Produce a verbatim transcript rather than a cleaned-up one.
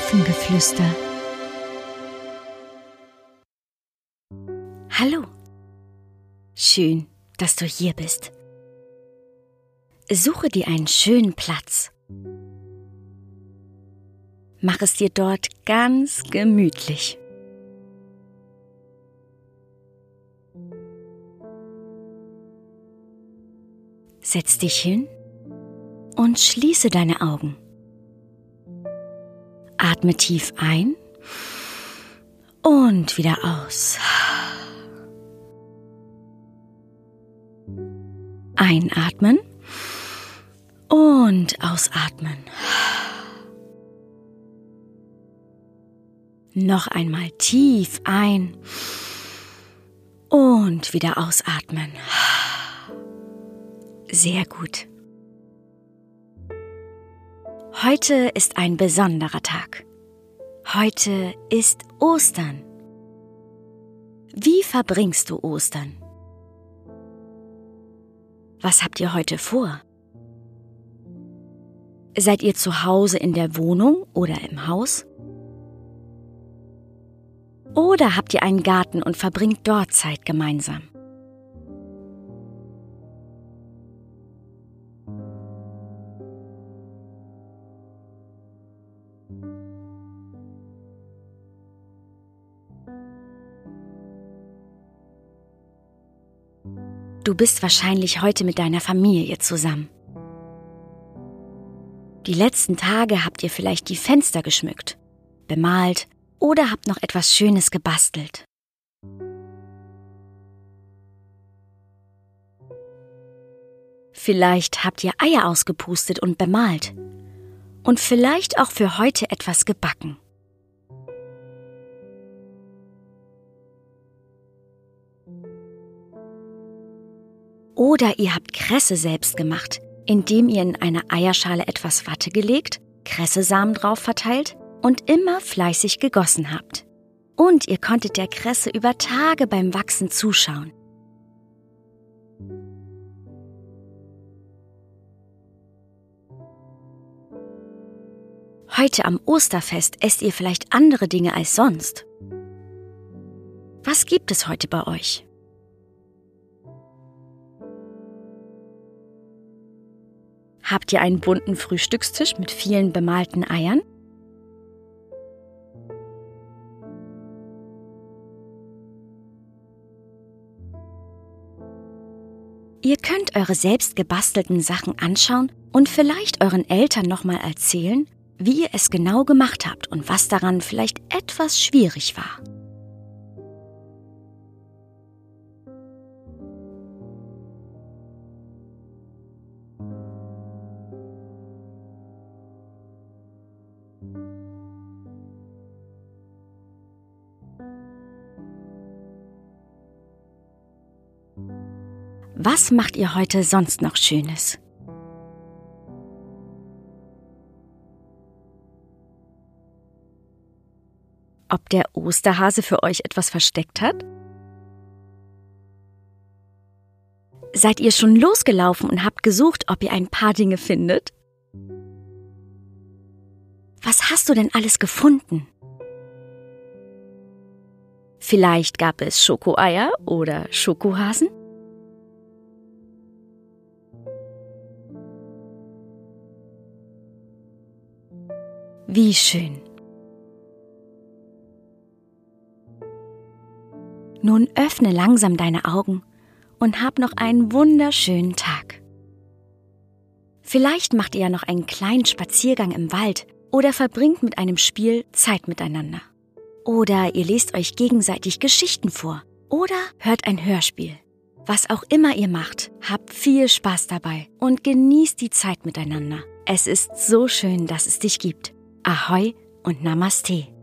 Elfengeflüster. Hallo. Schön, dass du hier bist. Suche dir einen schönen Platz. Mach es dir dort ganz gemütlich. Setz dich hin und schließe deine Augen. Atme tief ein und wieder aus. Einatmen und ausatmen. Noch einmal tief ein und wieder ausatmen. Sehr gut. Heute ist ein besonderer Tag. Heute ist Ostern. Wie verbringst du Ostern? Was habt ihr heute vor? Seid ihr zu Hause in der Wohnung oder im Haus? Oder habt ihr einen Garten und verbringt dort Zeit gemeinsam? Du bist wahrscheinlich heute mit deiner Familie zusammen. Die letzten Tage habt ihr vielleicht die Fenster geschmückt, bemalt oder habt noch etwas Schönes gebastelt. Vielleicht habt ihr Eier ausgepustet und bemalt und vielleicht auch für heute etwas gebacken. Oder ihr habt Kresse selbst gemacht, indem ihr in eine Eierschale etwas Watte gelegt, Kressesamen drauf verteilt und immer fleißig gegossen habt. Und ihr konntet der Kresse über Tage beim Wachsen zuschauen. Heute am Osterfest esst ihr vielleicht andere Dinge als sonst. Was gibt es heute bei euch? Habt ihr einen bunten Frühstückstisch mit vielen bemalten Eiern? Ihr könnt eure selbst gebastelten Sachen anschauen und vielleicht euren Eltern nochmal erzählen, wie ihr es genau gemacht habt und was daran vielleicht etwas schwierig war. Was macht ihr heute sonst noch Schönes? Ob der Osterhase für euch etwas versteckt hat? Seid ihr schon losgelaufen und habt gesucht, ob ihr ein paar Dinge findet? Was hast du denn alles gefunden? Vielleicht gab es Schokoeier oder Schokohasen? Wie schön. Nun öffne langsam deine Augen und hab noch einen wunderschönen Tag. Vielleicht macht ihr ja noch einen kleinen Spaziergang im Wald oder verbringt mit einem Spiel Zeit miteinander. Oder ihr lest euch gegenseitig Geschichten vor oder hört ein Hörspiel. Was auch immer ihr macht, habt viel Spaß dabei und genießt die Zeit miteinander. Es ist so schön, dass es dich gibt. Ahoi und Namaste.